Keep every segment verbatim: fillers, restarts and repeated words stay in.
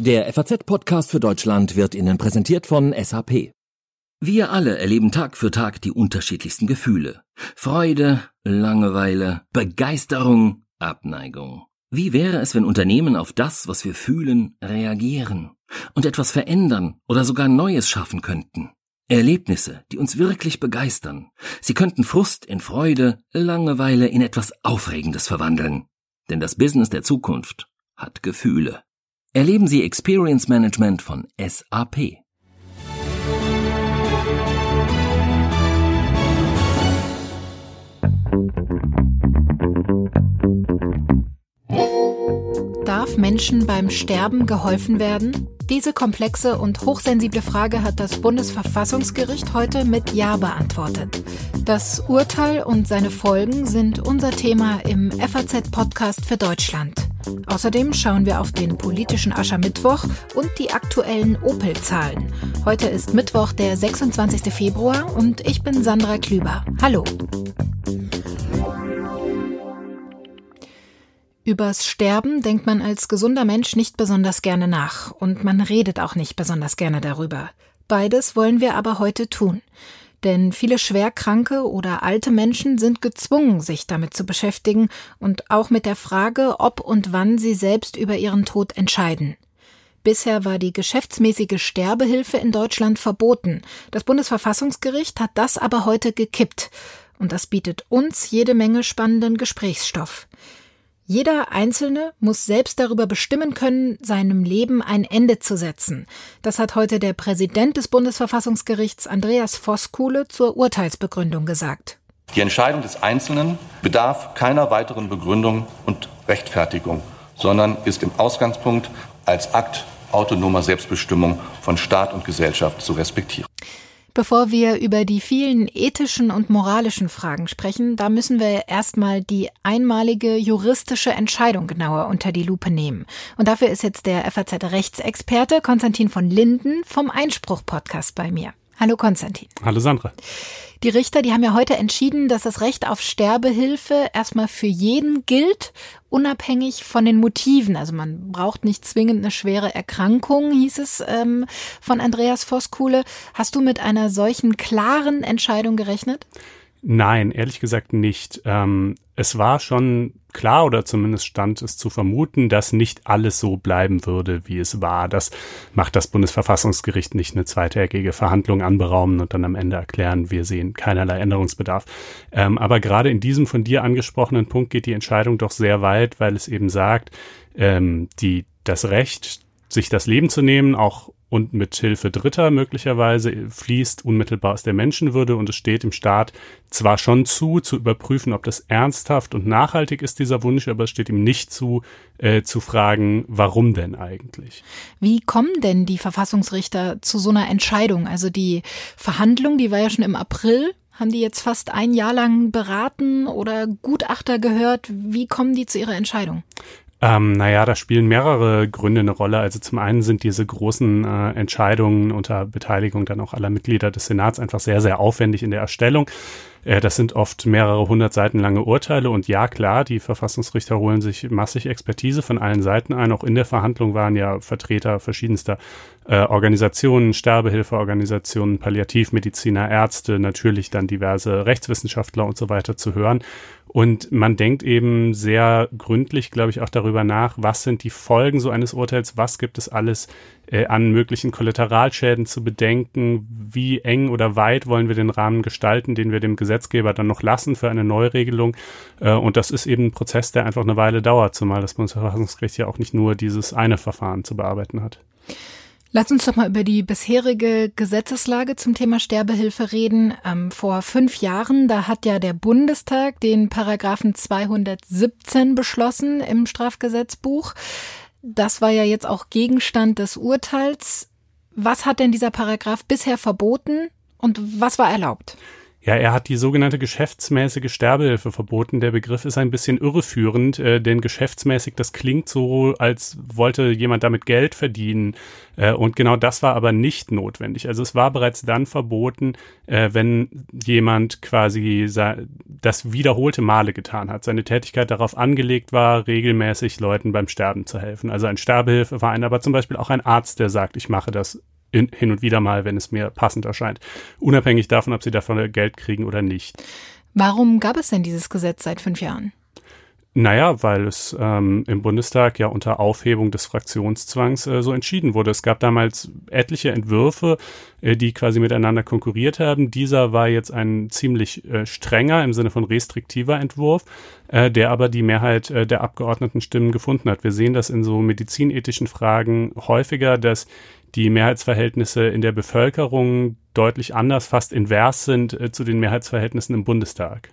Der F A Z-Podcast für Deutschland wird Ihnen präsentiert von S A P. Wir alle erleben Tag für Tag die unterschiedlichsten Gefühle. Freude, Langeweile, Begeisterung, Abneigung. Wie wäre es, wenn Unternehmen auf das, was wir fühlen, reagieren und etwas verändern oder sogar Neues schaffen könnten? Erlebnisse, die uns wirklich begeistern. Sie könnten Frust in Freude, Langeweile in etwas Aufregendes verwandeln. Denn das Business der Zukunft hat Gefühle. Erleben Sie Experience Management von S A P. Darf Menschen beim Sterben geholfen werden? Diese komplexe und hochsensible Frage hat das Bundesverfassungsgericht heute mit Ja beantwortet. Das Urteil und seine Folgen sind unser Thema im F A Z-Podcast für Deutschland. Außerdem schauen wir auf den politischen Aschermittwoch und die aktuellen Opel-Zahlen. Heute ist Mittwoch, der sechsundzwanzigster Februar und ich bin Sandra Klüber. Hallo. Übers Sterben denkt man als gesunder Mensch nicht besonders gerne nach und man redet auch nicht besonders gerne darüber. Beides wollen wir aber heute tun. Denn viele schwerkranke oder alte Menschen sind gezwungen, sich damit zu beschäftigen und auch mit der Frage, ob und wann sie selbst über ihren Tod entscheiden. Bisher war die geschäftsmäßige Sterbehilfe in Deutschland verboten. Das Bundesverfassungsgericht hat das aber heute gekippt. Und das bietet uns jede Menge spannenden Gesprächsstoff. Jeder Einzelne muss selbst darüber bestimmen können, seinem Leben ein Ende zu setzen. Das hat heute der Präsident des Bundesverfassungsgerichts Andreas Voskuhle zur Urteilsbegründung gesagt. Die Entscheidung des Einzelnen bedarf keiner weiteren Begründung und Rechtfertigung, sondern ist im Ausgangspunkt als Akt autonomer Selbstbestimmung von Staat und Gesellschaft zu respektieren. Bevor wir über die vielen ethischen und moralischen Fragen sprechen, da müssen wir erstmal die einmalige juristische Entscheidung genauer unter die Lupe nehmen. Und dafür ist jetzt der F A Z-Rechtsexperte Konstantin von Linden vom Einspruch-Podcast bei mir. Hallo Konstantin. Hallo Sandra. Die Richter, die haben ja heute entschieden, dass das Recht auf Sterbehilfe erstmal für jeden gilt, unabhängig von den Motiven. Also man braucht nicht zwingend eine schwere Erkrankung, hieß es ähm, von Andreas Voskuhle. Hast du mit einer solchen klaren Entscheidung gerechnet? Nein, ehrlich gesagt nicht. Ähm, es war schon klar, oder zumindest stand es zu vermuten, dass nicht alles so bleiben würde, wie es war. Das macht das Bundesverfassungsgericht nicht, eine zweitägige Verhandlung anberaumen und dann am Ende erklären, wir sehen keinerlei Änderungsbedarf. Ähm, aber gerade in diesem von dir angesprochenen Punkt geht die Entscheidung doch sehr weit, weil es eben sagt, ähm, die, das Recht, sich das Leben zu nehmen, auch und mit Hilfe Dritter möglicherweise, fließt unmittelbar aus der Menschenwürde und es steht dem Staat zwar schon zu, zu überprüfen, ob das ernsthaft und nachhaltig ist, dieser Wunsch, aber es steht ihm nicht zu, äh, zu fragen, warum denn eigentlich? Wie kommen denn die Verfassungsrichter zu so einer Entscheidung? Also die Verhandlung, die war ja schon im April. Haben die jetzt fast ein Jahr lang beraten oder Gutachter gehört? Wie kommen die zu ihrer Entscheidung? Ähm, naja, da spielen mehrere Gründe eine Rolle. Also zum einen sind diese großen äh, Entscheidungen unter Beteiligung dann auch aller Mitglieder des Senats einfach sehr, sehr aufwendig in der Erstellung. Äh, das sind oft mehrere hundert Seiten lange Urteile und ja, klar, die Verfassungsrichter holen sich massig Expertise von allen Seiten ein. Auch in der Verhandlung waren ja Vertreter verschiedenster äh, Organisationen, Sterbehilfeorganisationen, Palliativmediziner, Ärzte, natürlich dann diverse Rechtswissenschaftler und so weiter zu hören. Und man denkt eben sehr gründlich, glaube ich, auch darüber nach, was sind die Folgen so eines Urteils, was gibt es alles äh, an möglichen Kollateralschäden zu bedenken, wie eng oder weit wollen wir den Rahmen gestalten, den wir dem Gesetzgeber dann noch lassen für eine Neuregelung. Äh, und das ist eben ein Prozess, der einfach eine Weile dauert, zumal das Bundesverfassungsgericht ja auch nicht nur dieses eine Verfahren zu bearbeiten hat. Lass uns doch mal über die bisherige Gesetzeslage zum Thema Sterbehilfe reden. Ähm, vor fünf Jahren, da hat ja der Bundestag den Paragraphen zweihundertsiebzehn beschlossen im Strafgesetzbuch. Das war ja jetzt auch Gegenstand des Urteils. Was hat denn dieser Paragraph bisher verboten und was war erlaubt? Ja, er hat die sogenannte geschäftsmäßige Sterbehilfe verboten. Der Begriff ist ein bisschen irreführend, äh, denn geschäftsmäßig, das klingt so, als wollte jemand damit Geld verdienen. Äh, und genau das war aber nicht notwendig. Also es war bereits dann verboten, äh, wenn jemand quasi das wiederholte Male getan hat, seine Tätigkeit darauf angelegt war, regelmäßig Leuten beim Sterben zu helfen. Also ein Sterbehilfeverein, aber zum Beispiel auch ein Arzt, der sagt, ich mache das In, hin und wieder mal, wenn es mir passend erscheint, unabhängig davon, ob sie davon Geld kriegen oder nicht. Warum gab es denn dieses Gesetz seit fünf Jahren? Naja, weil es ähm, im Bundestag ja unter Aufhebung des Fraktionszwangs äh, so entschieden wurde. Es gab damals etliche Entwürfe, äh, die quasi miteinander konkurriert haben. Dieser war jetzt ein ziemlich äh, strenger, im Sinne von restriktiver Entwurf, äh, der aber die Mehrheit äh, der Abgeordnetenstimmen gefunden hat. Wir sehen das in so medizinethischen Fragen häufiger, dass die Mehrheitsverhältnisse in der Bevölkerung deutlich anders, fast invers sind äh, zu den Mehrheitsverhältnissen im Bundestag.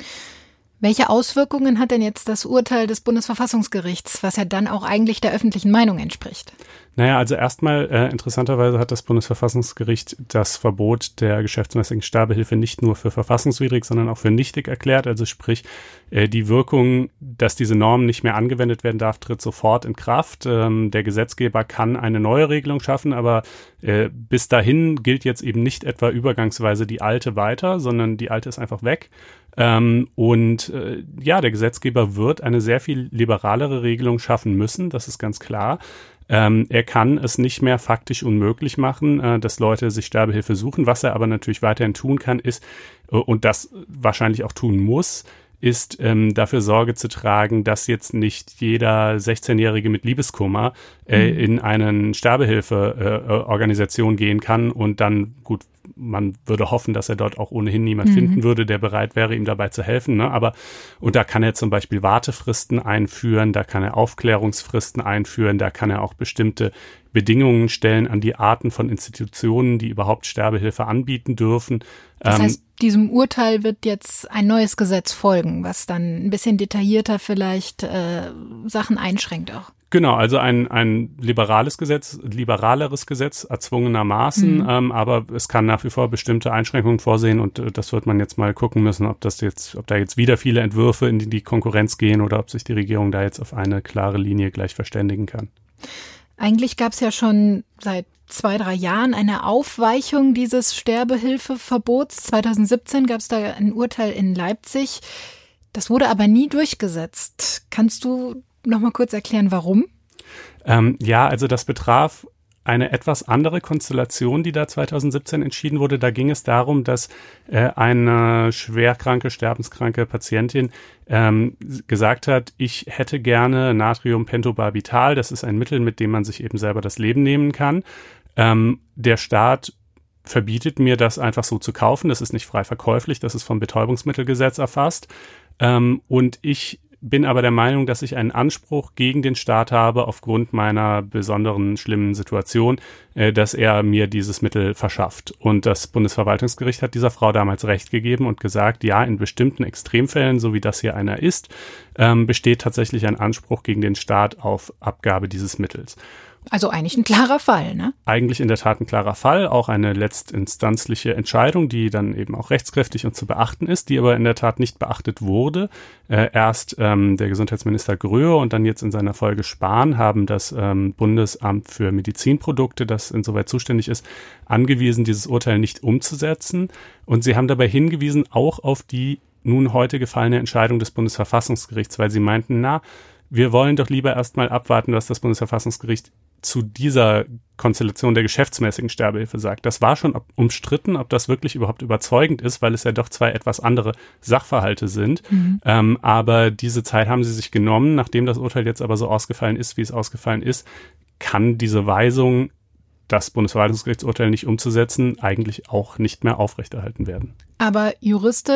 Welche Auswirkungen hat denn jetzt das Urteil des Bundesverfassungsgerichts, was ja dann auch eigentlich der öffentlichen Meinung entspricht? Naja, also erstmal äh, interessanterweise hat das Bundesverfassungsgericht das Verbot der geschäftsmäßigen Sterbehilfe nicht nur für verfassungswidrig, sondern auch für nichtig erklärt. Also sprich, äh, die Wirkung, dass diese Norm nicht mehr angewendet werden darf, tritt sofort in Kraft. Ähm, der Gesetzgeber kann eine neue Regelung schaffen, aber äh, bis dahin gilt jetzt eben nicht etwa übergangsweise die alte weiter, sondern die alte ist einfach weg. Ähm, und äh, ja, der Gesetzgeber wird eine sehr viel liberalere Regelung schaffen müssen, das ist ganz klar. Ähm, er kann es nicht mehr faktisch unmöglich machen, äh, dass Leute sich Sterbehilfe suchen. Was er aber natürlich weiterhin tun kann, ist, äh, und das wahrscheinlich auch tun muss, ist ähm, dafür Sorge zu tragen, dass jetzt nicht jeder sechzehnjährige mit Liebeskummer äh, mhm. in eine Sterbehilfe-Organisation äh, gehen kann und dann, gut, man würde hoffen, dass er dort auch ohnehin niemand mhm. finden würde, der bereit wäre, ihm dabei zu helfen. Ne? Aber, und da kann er zum Beispiel Wartefristen einführen, da kann er Aufklärungsfristen einführen, da kann er auch bestimmte Bedingungen stellen an die Arten von Institutionen, die überhaupt Sterbehilfe anbieten dürfen. Das heißt, diesem Urteil wird jetzt ein neues Gesetz folgen, was dann ein bisschen detaillierter vielleicht äh, Sachen einschränkt auch. Genau, also ein, ein liberales Gesetz, liberaleres Gesetz erzwungenermaßen, mhm. ähm, aber es kann nach wie vor bestimmte Einschränkungen vorsehen und äh, das wird man jetzt mal gucken müssen, ob das jetzt, ob da jetzt wieder viele Entwürfe in die, die Konkurrenz gehen oder ob sich die Regierung da jetzt auf eine klare Linie gleich verständigen kann. Eigentlich gab es ja schon seit zwei, drei Jahren eine Aufweichung dieses Sterbehilfeverbots. zweitausendsiebzehn gab es da ein Urteil in Leipzig. Das wurde aber nie durchgesetzt. Kannst du noch mal kurz erklären, warum? Ähm, ja, also das betraf eine etwas andere Konstellation, die da zweitausendsiebzehn entschieden wurde. Da ging es darum, dass äh, eine schwerkranke, sterbenskranke Patientin ähm, gesagt hat, ich hätte gerne Natriumpentobarbital. Das ist ein Mittel, mit dem man sich eben selber das Leben nehmen kann. Ähm, der Staat verbietet mir, das einfach so zu kaufen. Das ist nicht frei verkäuflich. Das ist vom Betäubungsmittelgesetz erfasst. Ähm, und ich bin aber der Meinung, dass ich einen Anspruch gegen den Staat habe, aufgrund meiner besonderen schlimmen Situation, äh, dass er mir dieses Mittel verschafft. Und das Bundesverwaltungsgericht hat dieser Frau damals Recht gegeben und gesagt, ja, in bestimmten Extremfällen, so wie das hier einer ist, ähm, besteht tatsächlich ein Anspruch gegen den Staat auf Abgabe dieses Mittels. Also eigentlich ein klarer Fall, ne? Eigentlich in der Tat ein klarer Fall, auch eine letztinstanzliche Entscheidung, die dann eben auch rechtskräftig und zu beachten ist, die aber in der Tat nicht beachtet wurde. Äh, erst ähm, der Gesundheitsminister Gröhe und dann jetzt in seiner Folge Spahn haben das ähm, Bundesamt für Medizinprodukte, das insoweit zuständig ist, angewiesen, dieses Urteil nicht umzusetzen. Und sie haben dabei hingewiesen auch auf die nun heute gefallene Entscheidung des Bundesverfassungsgerichts, weil sie meinten, na, wir wollen doch lieber erstmal abwarten, was das Bundesverfassungsgericht zu dieser Konstellation der geschäftsmäßigen Sterbehilfe sagt. Das war schon umstritten, ob das wirklich überhaupt überzeugend ist, weil es ja doch zwei etwas andere Sachverhalte sind. Mhm. Ähm, aber diese Zeit haben sie sich genommen. Nachdem das Urteil jetzt aber so ausgefallen ist, wie es ausgefallen ist, kann diese Weisung, das Bundesverwaltungsgerichtsurteil nicht umzusetzen, eigentlich auch nicht mehr aufrechterhalten werden. Aber juristisch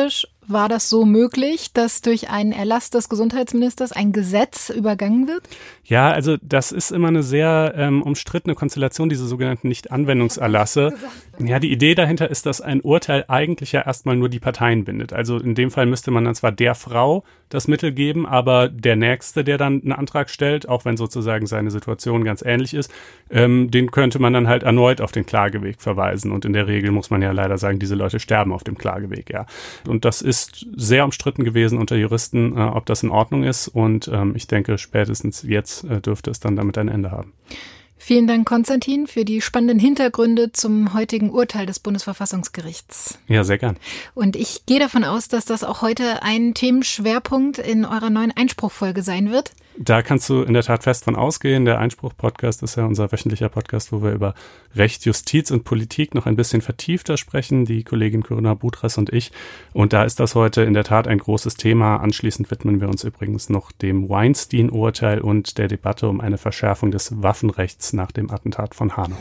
war das so möglich, dass durch einen Erlass des Gesundheitsministers ein Gesetz übergangen wird? Ja, also das ist immer eine sehr ähm, umstrittene Konstellation, diese sogenannten Nicht-Anwendungserlasse. Ja, die Idee dahinter ist, dass ein Urteil eigentlich ja erstmal nur die Parteien bindet. Also in dem Fall müsste man dann zwar der Frau das Mittel geben, aber der Nächste, der dann einen Antrag stellt, auch wenn sozusagen seine Situation ganz ähnlich ist, ähm, den könnte man dann halt erneut auf den Klageweg verweisen. Und in der Regel muss man ja leider sagen, diese Leute sterben auf dem Klageweg, ja. Und das ist sehr umstritten gewesen unter Juristen, äh, ob das in Ordnung ist. Und ähm, ich denke, spätestens jetzt äh, dürfte es dann damit ein Ende haben. Vielen Dank, Konstantin, für die spannenden Hintergründe zum heutigen Urteil des Bundesverfassungsgerichts. Ja, sehr gern. Und ich gehe davon aus, dass das auch heute ein Themenschwerpunkt in eurer neuen Einspruchfolge sein wird. Da kannst du in der Tat fest von ausgehen. Der Einspruch-Podcast ist ja unser wöchentlicher Podcast, wo wir über Recht, Justiz und Politik noch ein bisschen vertiefter sprechen, die Kollegin Corinna Budras und ich. Und da ist das heute in der Tat ein großes Thema. Anschließend widmen wir uns übrigens noch dem Weinstein-Urteil und der Debatte um eine Verschärfung des Waffenrechts nach dem Attentat von Hanau.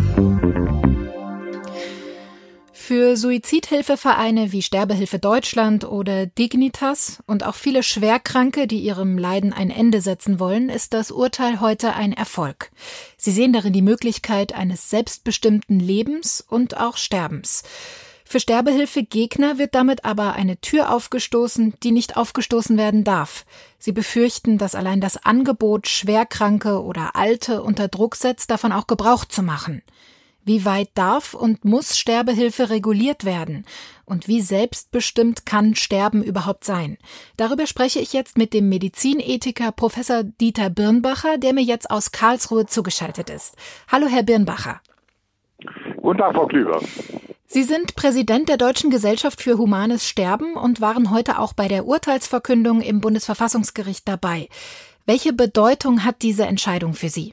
Für Suizidhilfevereine wie Sterbehilfe Deutschland oder Dignitas und auch viele Schwerkranke, die ihrem Leiden ein Ende setzen wollen, ist das Urteil heute ein Erfolg. Sie sehen darin die Möglichkeit eines selbstbestimmten Lebens und auch Sterbens. Für Sterbehilfegegner wird damit aber eine Tür aufgestoßen, die nicht aufgestoßen werden darf. Sie befürchten, dass allein das Angebot, Schwerkranke oder Alte unter Druck setzt, davon auch Gebrauch zu machen. Wie weit darf und muss Sterbehilfe reguliert werden? Und wie selbstbestimmt kann Sterben überhaupt sein? Darüber spreche ich jetzt mit dem Medizinethiker Professor Dieter Birnbacher, der mir jetzt aus Karlsruhe zugeschaltet ist. Hallo, Herr Birnbacher. Guten Tag, Frau Klüber. Sie sind Präsident der Deutschen Gesellschaft für Humanes Sterben und waren heute auch bei der Urteilsverkündung im Bundesverfassungsgericht dabei. Welche Bedeutung hat diese Entscheidung für Sie?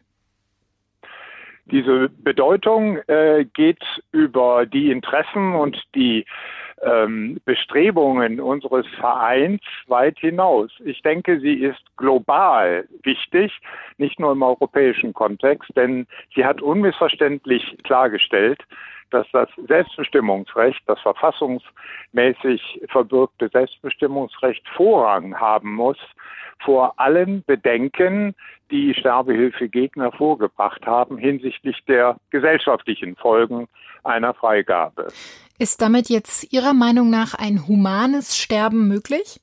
Diese Bedeutung äh, geht über die Interessen und die ähm, Bestrebungen unseres Vereins weit hinaus. Ich denke, sie ist global wichtig, nicht nur im europäischen Kontext, denn sie hat unmissverständlich klargestellt, dass das Selbstbestimmungsrecht, das verfassungsmäßig verbürgte Selbstbestimmungsrecht Vorrang haben muss vor allen Bedenken, die Sterbehilfegegner vorgebracht haben hinsichtlich der gesellschaftlichen Folgen einer Freigabe. Ist damit jetzt Ihrer Meinung nach ein humanes Sterben möglich?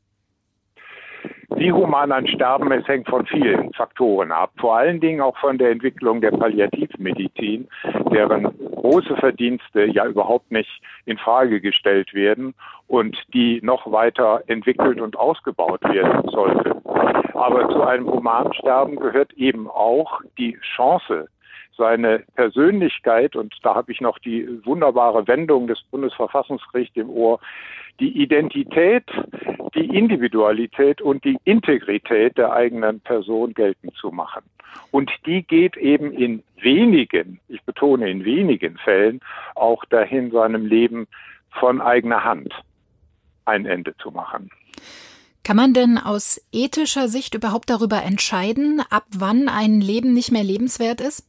Wie human ein Sterben ist, hängt von vielen Faktoren ab. Vor allen Dingen auch von der Entwicklung der Palliativmedizin, deren große Verdienste ja überhaupt nicht in Frage gestellt werden und die noch weiter entwickelt und ausgebaut werden sollte. Aber zu einem humanen Sterben gehört eben auch die Chance, seine Persönlichkeit, und da habe ich noch die wunderbare Wendung des Bundesverfassungsgerichts im Ohr, die Identität, die Individualität und die Integrität der eigenen Person geltend zu machen. Und die geht eben in wenigen, ich betone in wenigen Fällen, auch dahin, seinem Leben von eigener Hand ein Ende zu machen. Kann man denn aus ethischer Sicht überhaupt darüber entscheiden, ab wann ein Leben nicht mehr lebenswert ist?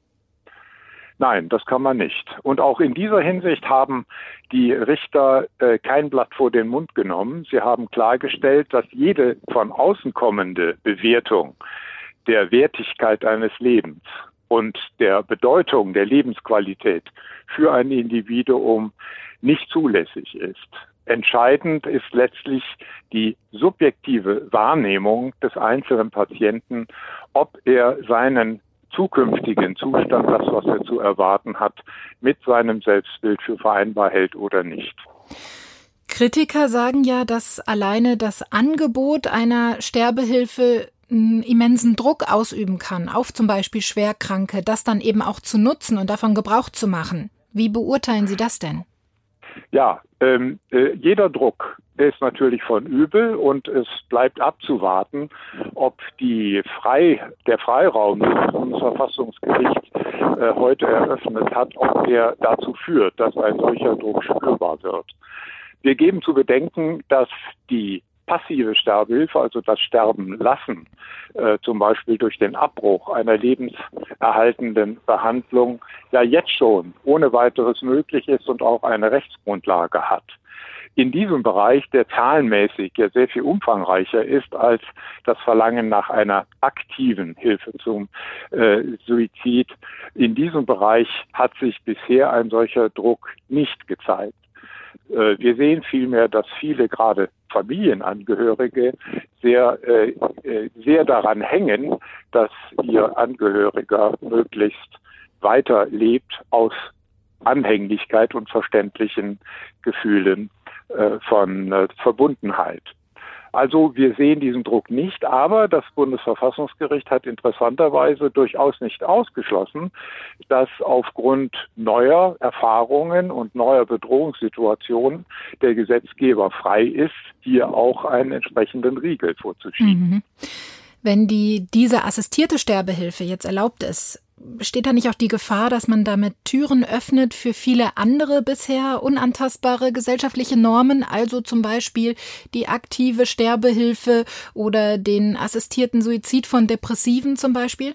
Nein, das kann man nicht. Und auch in dieser Hinsicht haben die Richter äh, kein Blatt vor den Mund genommen. Sie haben klargestellt, dass jede von außen kommende Bewertung der Wertigkeit eines Lebens und der Bedeutung der Lebensqualität für ein Individuum nicht zulässig ist. Entscheidend ist letztlich die subjektive Wahrnehmung des einzelnen Patienten, ob er seinen zukünftigen Zustand, das, was er zu erwarten hat, mit seinem Selbstbild für vereinbar hält oder nicht. Kritiker sagen ja, dass alleine das Angebot einer Sterbehilfe einen immensen Druck ausüben kann, auf zum Beispiel Schwerkranke, das dann eben auch zu nutzen und davon Gebrauch zu machen. Wie beurteilen Sie das denn? Ja, ähm, äh, jeder Druck ist natürlich von übel und es bleibt abzuwarten, ob die Frei, der Freiraum, den das Bundesverfassungsgericht äh, heute eröffnet hat, ob er dazu führt, dass ein solcher Druck spürbar wird. Wir geben zu bedenken, dass die passive Sterbehilfe, also das Sterben lassen, äh, zum Beispiel durch den Abbruch einer lebenserhaltenden Behandlung, ja jetzt schon ohne weiteres möglich ist und auch eine Rechtsgrundlage hat. in diesem Bereich, der zahlenmäßig ja sehr viel umfangreicher ist als das Verlangen nach einer aktiven Hilfe zum äh, Suizid. In diesem Bereich hat sich bisher ein solcher Druck nicht gezeigt. Äh, wir sehen vielmehr, dass viele gerade Familienangehörige sehr, äh, sehr daran hängen, dass ihr Angehöriger möglichst weiterlebt aus Anhänglichkeit und verständlichen Gefühlen äh, von äh, Verbundenheit. Also wir sehen diesen Druck nicht, aber das Bundesverfassungsgericht hat interessanterweise durchaus nicht ausgeschlossen, dass aufgrund neuer Erfahrungen und neuer Bedrohungssituationen der Gesetzgeber frei ist, hier auch einen entsprechenden Riegel vorzuschieben. Mhm. Wenn die diese assistierte Sterbehilfe jetzt erlaubt ist, besteht da nicht auch die Gefahr, dass man damit Türen öffnet für viele andere bisher unantastbare gesellschaftliche Normen, also zum Beispiel die aktive Sterbehilfe oder den assistierten Suizid von Depressiven zum Beispiel?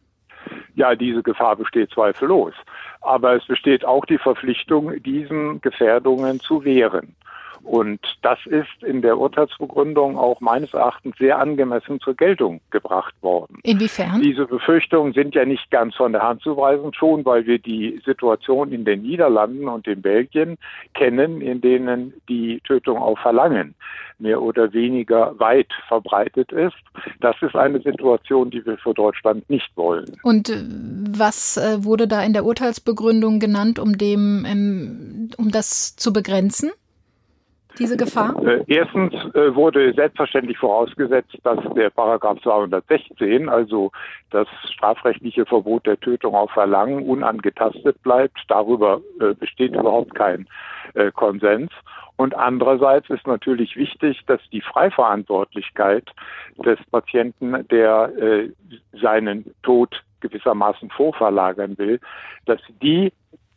Ja, diese Gefahr besteht zweifellos. Aber es besteht auch die Verpflichtung, diesen Gefährdungen zu wehren. Und das ist in der Urteilsbegründung auch meines Erachtens sehr angemessen zur Geltung gebracht worden. Inwiefern? Diese Befürchtungen sind ja nicht ganz von der Hand zu weisen, schon weil wir die Situation in den Niederlanden und in Belgien kennen, in denen die Tötung auf Verlangen mehr oder weniger weit verbreitet ist. Das ist eine Situation, die wir für Deutschland nicht wollen. Und was äh, wurde da in der Urteilsbegründung genannt, um dem, ähm, um das zu begrenzen? Diese Gefahr? Äh, erstens äh, wurde selbstverständlich vorausgesetzt, dass der Paragraph zweihundertsechzehn, also das strafrechtliche Verbot der Tötung auf Verlangen, unangetastet bleibt. Darüber äh, besteht überhaupt kein äh, Konsens. Und andererseits ist natürlich wichtig, dass die Freiverantwortlichkeit des Patienten, der äh, seinen Tod gewissermaßen vorverlagern will, dass die,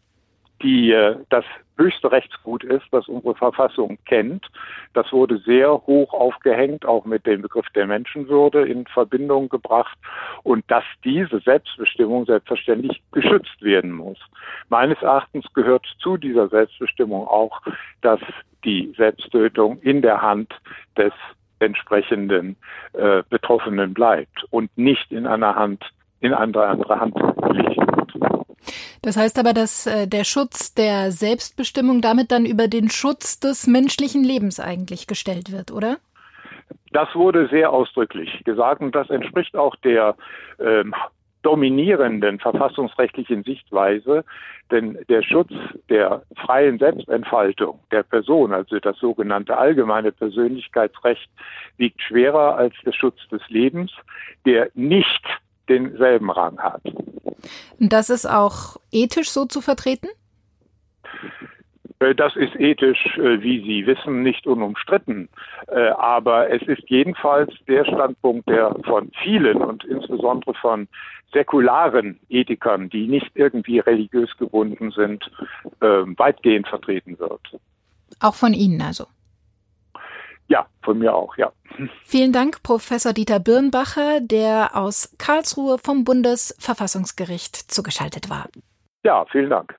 die äh, das höchste Rechtsgut ist, das unsere Verfassung kennt. Das wurde sehr hoch aufgehängt, auch mit dem Begriff der Menschenwürde in Verbindung gebracht und dass diese Selbstbestimmung selbstverständlich geschützt werden muss. Meines Erachtens gehört zu dieser Selbstbestimmung auch, dass die Selbsttötung in der Hand des entsprechenden äh, Betroffenen bleibt und nicht in einer Hand, in eine andere Hand gelegt wird. Das heißt aber, dass äh, der Schutz der Selbstbestimmung damit dann über den Schutz des menschlichen Lebens eigentlich gestellt wird, oder? Das wurde sehr ausdrücklich gesagt und das entspricht auch der ähm, dominierenden verfassungsrechtlichen Sichtweise, denn der Schutz der freien Selbstentfaltung der Person, also das sogenannte allgemeine Persönlichkeitsrecht, wiegt schwerer als der Schutz des Lebens, der nicht denselben Rang hat. Und das ist auch ethisch so zu vertreten? Das ist ethisch, wie Sie wissen, nicht unumstritten. Aber es ist jedenfalls der Standpunkt, der von vielen und insbesondere von säkularen Ethikern, die nicht irgendwie religiös gebunden sind, weitgehend vertreten wird. Auch von Ihnen also? Ja, von mir auch, ja. Vielen Dank, Professor Dieter Birnbacher, der aus Karlsruhe vom Bundesverfassungsgericht zugeschaltet war. Ja, vielen Dank.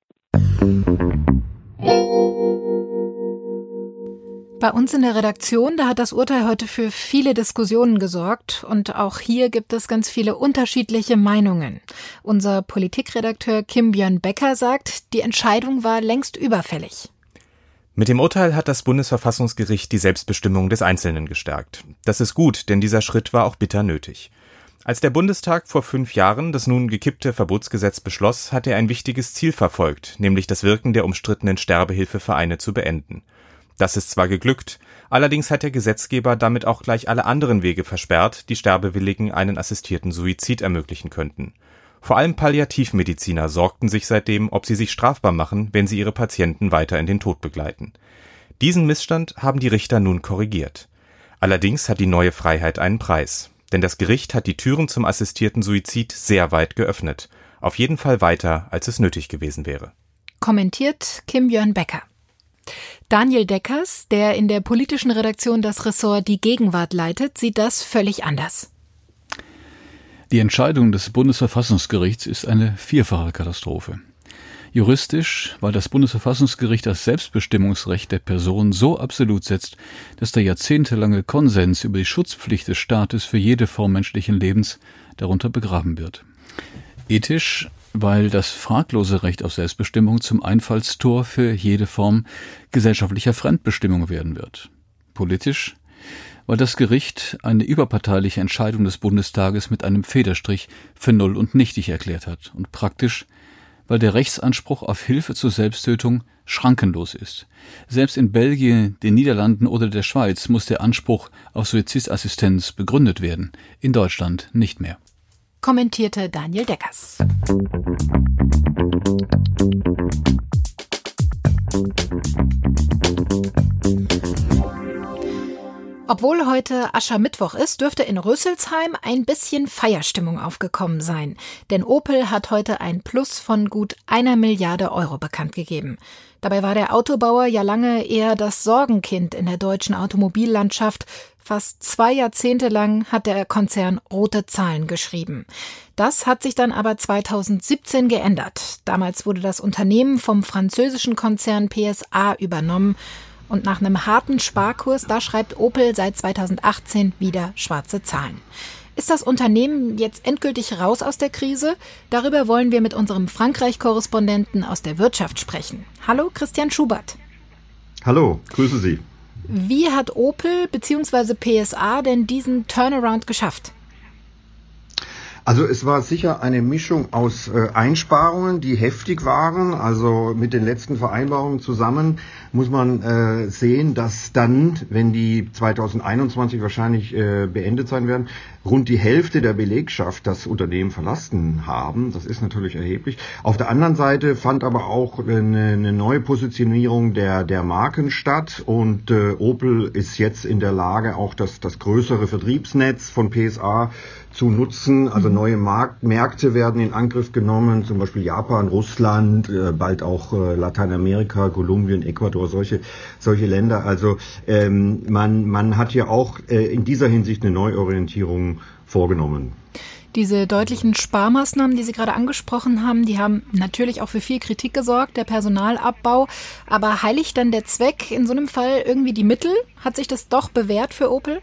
Bei uns in der Redaktion, da hat das Urteil heute für viele Diskussionen gesorgt und auch hier gibt es ganz viele unterschiedliche Meinungen. Unser Politikredakteur Kim Björn-Becker sagt, die Entscheidung war längst überfällig. Mit dem Urteil hat das Bundesverfassungsgericht die Selbstbestimmung des Einzelnen gestärkt. Das ist gut, denn dieser Schritt war auch bitter nötig. Als der Bundestag vor fünf Jahren das nun gekippte Verbotsgesetz beschloss, hat er ein wichtiges Ziel verfolgt, nämlich das Wirken der umstrittenen Sterbehilfevereine zu beenden. Das ist zwar geglückt, allerdings hat der Gesetzgeber damit auch gleich alle anderen Wege versperrt, die Sterbewilligen einen assistierten Suizid ermöglichen könnten. Vor allem Palliativmediziner sorgten sich seitdem, ob sie sich strafbar machen, wenn sie ihre Patienten weiter in den Tod begleiten. Diesen Missstand haben die Richter nun korrigiert. Allerdings hat die neue Freiheit einen Preis, denn das Gericht hat die Türen zum assistierten Suizid sehr weit geöffnet. Auf jeden Fall weiter, als es nötig gewesen wäre. Kommentiert Kim Björn-Becker. Daniel Deckers, der in der politischen Redaktion das Ressort Die Gegenwart leitet, sieht das völlig anders. Die Entscheidung des Bundesverfassungsgerichts ist eine vierfache Katastrophe. Juristisch, weil das Bundesverfassungsgericht das Selbstbestimmungsrecht der Person so absolut setzt, dass der jahrzehntelange Konsens über die Schutzpflicht des Staates für jede Form menschlichen Lebens darunter begraben wird. Ethisch, weil das fraglose Recht auf Selbstbestimmung zum Einfallstor für jede Form gesellschaftlicher Fremdbestimmung werden wird. Politisch, weil das Gericht eine überparteiliche Entscheidung des Bundestages mit einem Federstrich für null und nichtig erklärt hat. Und praktisch, weil der Rechtsanspruch auf Hilfe zur Selbsttötung schrankenlos ist. Selbst in Belgien, den Niederlanden oder der Schweiz muss der Anspruch auf Suizidassistenz begründet werden, in Deutschland nicht mehr. Kommentierte Daniel Deckers. Obwohl heute Aschermittwoch ist, dürfte in Rüsselsheim ein bisschen Feierstimmung aufgekommen sein. Denn Opel hat heute ein Plus von gut einer Milliarde Euro bekannt gegeben. Dabei war der Autobauer ja lange eher das Sorgenkind in der deutschen Automobillandschaft. Fast zwei Jahrzehnte lang hat der Konzern rote Zahlen geschrieben. Das hat sich dann aber zweitausendsiebzehn geändert. Damals wurde das Unternehmen vom französischen Konzern P S A übernommen. Und nach einem harten Sparkurs, da schreibt Opel seit zweitausendachtzehn wieder schwarze Zahlen. Ist das Unternehmen jetzt endgültig raus aus der Krise? Darüber wollen wir mit unserem Frankreich-Korrespondenten aus der Wirtschaft sprechen. Hallo, Christian Schubert. Hallo, grüße Sie. Wie hat Opel bzw. P S A denn diesen Turnaround geschafft? Also es war sicher eine Mischung aus äh, Einsparungen, die heftig waren. Also mit den letzten Vereinbarungen zusammen muss man äh, sehen, dass dann, wenn die zweitausendeinundzwanzig wahrscheinlich äh, beendet sein werden, rund die Hälfte der Belegschaft das Unternehmen verlassen haben. Das ist natürlich erheblich. Auf der anderen Seite fand aber auch eine, eine neue Positionierung der, der Marken statt. Und äh, Opel ist jetzt in der Lage, auch das, das größere Vertriebsnetz von P S A zu nutzen. Also neue Markt, Märkte werden in Angriff genommen, zum Beispiel Japan, Russland, äh, bald auch äh, Lateinamerika, Kolumbien, Ecuador, solche solche Länder. Also ähm, man man hat ja auch äh, in dieser Hinsicht eine Neuorientierung vorgenommen. Diese deutlichen Sparmaßnahmen, die Sie gerade angesprochen haben, die haben natürlich auch für viel Kritik gesorgt, der Personalabbau. Aber heiligt dann der Zweck in so einem Fall irgendwie die Mittel? Hat sich das doch bewährt für Opel?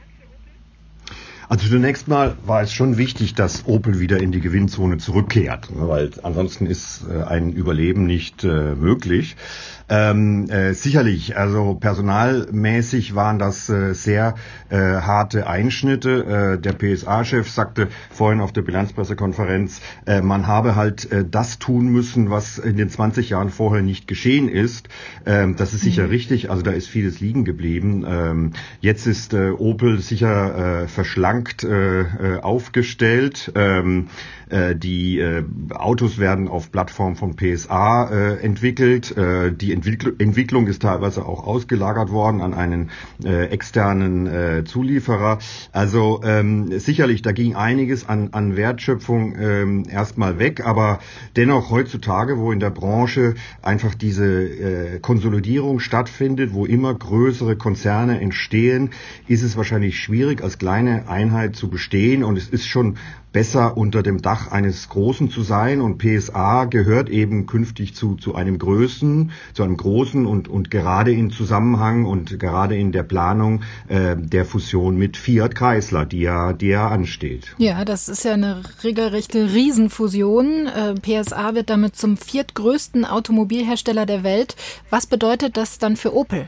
Also zunächst mal war es schon wichtig, dass Opel wieder in die Gewinnzone zurückkehrt, weil ansonsten ist ein Überleben nicht äh, möglich. Ähm, äh, sicherlich, also personalmäßig waren das äh, sehr äh, harte Einschnitte. Äh, der P S A-Chef sagte vorhin auf der Bilanzpressekonferenz, äh, man habe halt äh, das tun müssen, was in den zwanzig Jahren vorher nicht geschehen ist. Ähm, das ist sicher mhm. richtig, also da ist vieles liegen geblieben. Ähm, jetzt ist äh, Opel sicher äh, verschlankt äh, aufgestellt. Ähm, äh, die äh, Autos werden auf Plattform von P S A äh, entwickelt. Äh, die Entwicklung ist teilweise auch ausgelagert worden an einen äh, externen äh, Zulieferer. Also ähm, sicherlich, da ging einiges an, an Wertschöpfung ähm, erstmal weg, aber dennoch heutzutage, wo in der Branche einfach diese äh, Konsolidierung stattfindet, wo immer größere Konzerne entstehen, ist es wahrscheinlich schwierig, als kleine Einheit zu bestehen, und es ist schon besser unter dem Dach eines Großen zu sein, und P S A gehört eben künftig zu zu einem Größen, zu einem Großen und und gerade in Zusammenhang und gerade in der Planung äh, der Fusion mit Fiat Chrysler, die ja die ja ansteht. Ja, das ist ja eine regelrechte Riesenfusion. Äh, P S A wird damit zum viertgrößten Automobilhersteller der Welt. Was bedeutet das dann für Opel?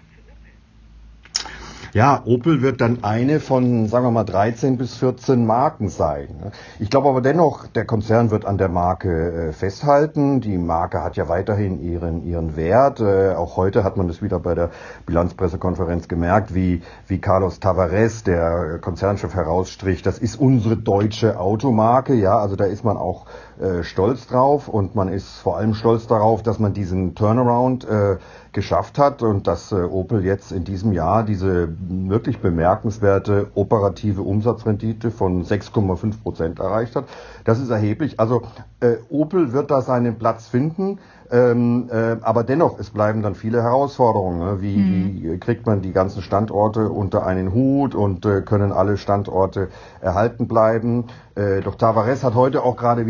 Ja, Opel wird dann eine von, sagen wir mal, dreizehn bis vierzehn Marken sein. Ich glaube aber dennoch, der Konzern wird an der Marke äh, festhalten. Die Marke hat ja weiterhin ihren ihren Wert. Äh, auch heute hat man das wieder bei der Bilanzpressekonferenz gemerkt, wie wie Carlos Tavares, der Konzernchef, herausstrich, das ist unsere deutsche Automarke. Ja, also da ist man auch äh, stolz drauf, und man ist vor allem stolz darauf, dass man diesen Turnaround äh, geschafft hat und dass äh, Opel jetzt in diesem Jahr diese wirklich bemerkenswerte operative Umsatzrendite von sechs Komma fünf Prozent erreicht hat. Das ist erheblich. Also äh, Opel wird da seinen Platz finden. Ähm, äh, aber dennoch, es bleiben dann viele Herausforderungen. Ne? Wie, mhm. wie kriegt man die ganzen Standorte unter einen Hut, und äh, können alle Standorte erhalten bleiben? Äh, doch Tavares hat heute auch gerade wieder gesagt,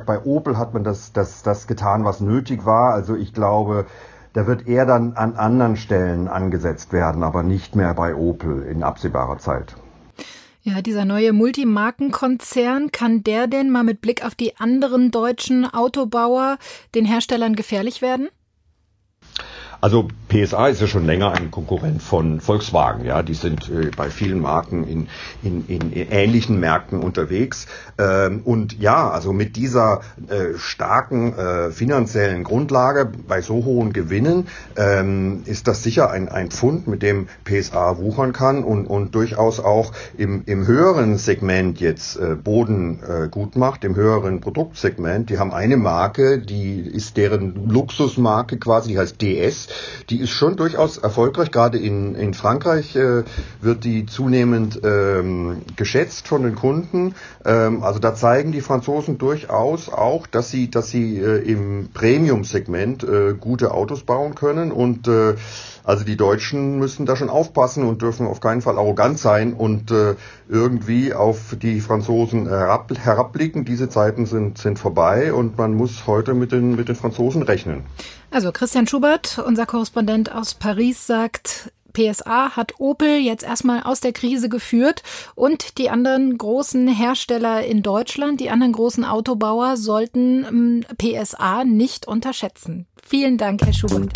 gesagt, bei Opel hat man das, das, das getan, was nötig war. Also ich glaube, da wird eher dann an anderen Stellen angesetzt werden, aber nicht mehr bei Opel in absehbarer Zeit. Ja, dieser neue Multimarkenkonzern, kann der denn mal mit Blick auf die anderen deutschen Autobauer den Herstellern gefährlich werden? Also P S A ist ja schon länger ein Konkurrent von Volkswagen. Ja, die sind äh, bei vielen Marken in, in, in ähnlichen Märkten unterwegs. Ähm, und ja, also mit dieser äh, starken äh, finanziellen Grundlage bei so hohen Gewinnen ähm, ist das sicher ein, ein Pfund, mit dem P S A wuchern kann und, und durchaus auch im, im höheren Segment jetzt äh, Boden äh, gut macht, im höheren Produktsegment. Die haben eine Marke, die ist deren Luxusmarke quasi, die heißt D S. Die ist schon durchaus erfolgreich. Gerade in, in Frankreich äh, wird die zunehmend ähm, geschätzt von den Kunden. Ähm, also da zeigen die Franzosen durchaus auch, dass sie, dass sie äh, im Premium-Segment äh, gute Autos bauen können. Und äh, also die Deutschen müssen da schon aufpassen und dürfen auf keinen Fall arrogant sein und äh, irgendwie auf die Franzosen herab, herabblicken. Diese Zeiten sind, sind vorbei und man muss heute mit den, mit den Franzosen rechnen. Also Christian Schubert, unser Korrespondent aus Paris, sagt, P S A hat Opel jetzt erstmal aus der Krise geführt und die anderen großen Hersteller in Deutschland, die anderen großen Autobauer sollten ähm, P S A nicht unterschätzen. Vielen Dank, Herr Schubert.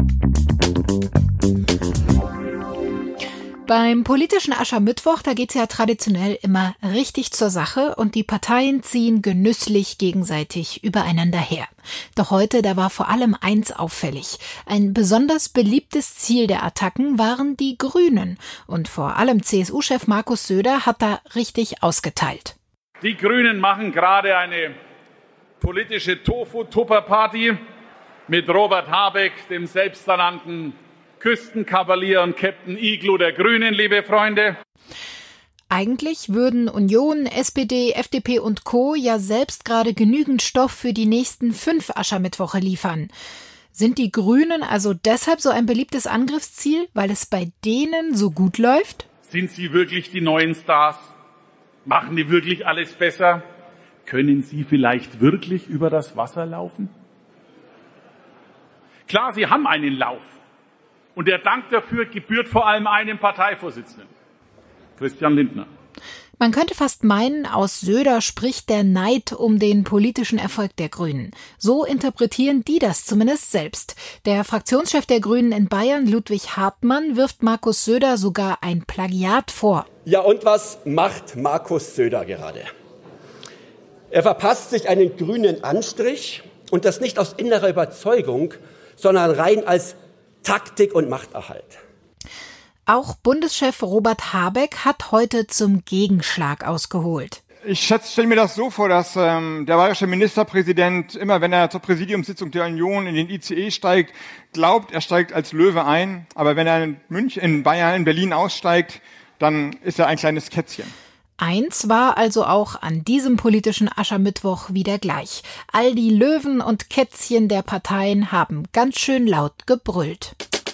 Beim politischen Aschermittwoch, da geht's ja traditionell immer richtig zur Sache und die Parteien ziehen genüsslich gegenseitig übereinander her. Doch heute, da war vor allem eins auffällig. Ein besonders beliebtes Ziel der Attacken waren die Grünen. Und vor allem C S U-Chef Markus Söder hat da richtig ausgeteilt. Die Grünen machen gerade eine politische Tofu-Tupper-Party mit Robert Habeck, dem selbsternannten Küstenkavalier und Captain Igloo der Grünen, liebe Freunde. Eigentlich würden Union, S P D, F D P und Co. ja selbst gerade genügend Stoff für die nächsten fünf Aschermittwoche liefern. Sind die Grünen also deshalb so ein beliebtes Angriffsziel, weil es bei denen so gut läuft? Sind sie wirklich die neuen Stars? Machen die wirklich alles besser? Können sie vielleicht wirklich über das Wasser laufen? Klar, sie haben einen Lauf. Und der Dank dafür gebührt vor allem einem Parteivorsitzenden, Christian Lindner. Man könnte fast meinen, aus Söder spricht der Neid um den politischen Erfolg der Grünen. So interpretieren die das zumindest selbst. Der Fraktionschef der Grünen in Bayern, Ludwig Hartmann, wirft Markus Söder sogar ein Plagiat vor. Ja, und was macht Markus Söder gerade? Er verpasst sich einen grünen Anstrich und das nicht aus innerer Überzeugung, sondern rein als Taktik und Machterhalt. Auch Bundeschef Robert Habeck hat heute zum Gegenschlag ausgeholt. Ich stelle mir das so vor, dass ähm, der bayerische Ministerpräsident immer, wenn er zur Präsidiumssitzung der Union in den I C E steigt, glaubt, er steigt als Löwe ein. Aber wenn er in München, in Bayern, in Berlin aussteigt, dann ist er ein kleines Kätzchen. Eins war also auch an diesem politischen Aschermittwoch wieder gleich. All die Löwen und Kätzchen der Parteien haben ganz schön laut gebrüllt.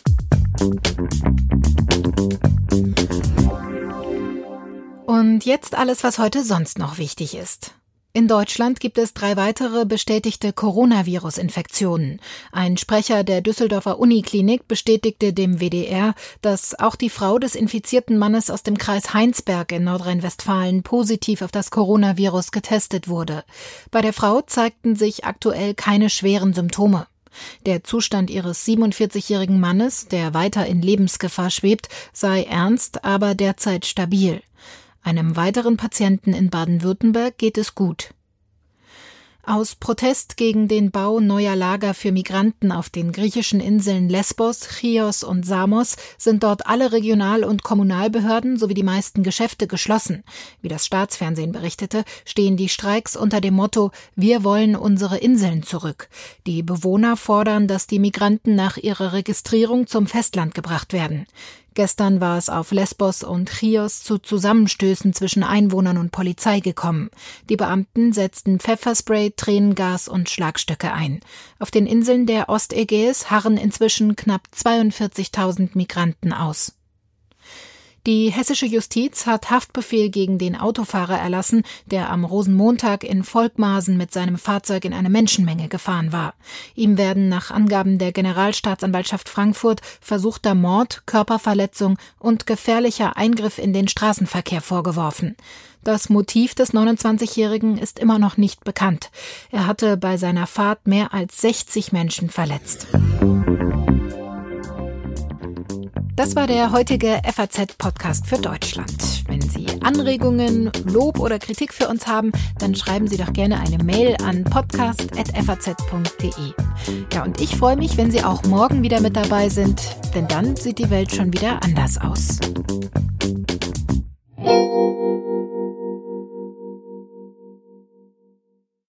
Und jetzt alles, was heute sonst noch wichtig ist. In Deutschland gibt es drei weitere bestätigte Coronavirus-Infektionen. Ein Sprecher der Düsseldorfer Uniklinik bestätigte dem W D R, dass auch die Frau des infizierten Mannes aus dem Kreis Heinsberg in Nordrhein-Westfalen positiv auf das Coronavirus getestet wurde. Bei der Frau zeigten sich aktuell keine schweren Symptome. Der Zustand ihres siebenundvierzigjährigen Mannes, der weiter in Lebensgefahr schwebt, sei ernst, aber derzeit stabil. Einem weiteren Patienten in Baden-Württemberg geht es gut. Aus Protest gegen den Bau neuer Lager für Migranten auf den griechischen Inseln Lesbos, Chios und Samos sind dort alle Regional- und Kommunalbehörden sowie die meisten Geschäfte geschlossen. Wie das Staatsfernsehen berichtete, stehen die Streiks unter dem Motto „Wir wollen unsere Inseln zurück". Die Bewohner fordern, dass die Migranten nach ihrer Registrierung zum Festland gebracht werden. Gestern war es auf Lesbos und Chios zu Zusammenstößen zwischen Einwohnern und Polizei gekommen. Die Beamten setzten Pfefferspray, Tränengas und Schlagstöcke ein. Auf den Inseln der Ostägäis harren inzwischen knapp zweiundvierzigtausend Migranten aus. Die hessische Justiz hat Haftbefehl gegen den Autofahrer erlassen, der am Rosenmontag in Volkmarsen mit seinem Fahrzeug in eine Menschenmenge gefahren war. Ihm werden nach Angaben der Generalstaatsanwaltschaft Frankfurt versuchter Mord, Körperverletzung und gefährlicher Eingriff in den Straßenverkehr vorgeworfen. Das Motiv des neunundzwanzigjährigen ist immer noch nicht bekannt. Er hatte bei seiner Fahrt mehr als sechzig Menschen verletzt. Das war der heutige F A Z-Podcast für Deutschland. Wenn Sie Anregungen, Lob oder Kritik für uns haben, dann schreiben Sie doch gerne eine Mail an podcast at f a z punkt d e. Ja, und ich freue mich, wenn Sie auch morgen wieder mit dabei sind, denn dann sieht die Welt schon wieder anders aus.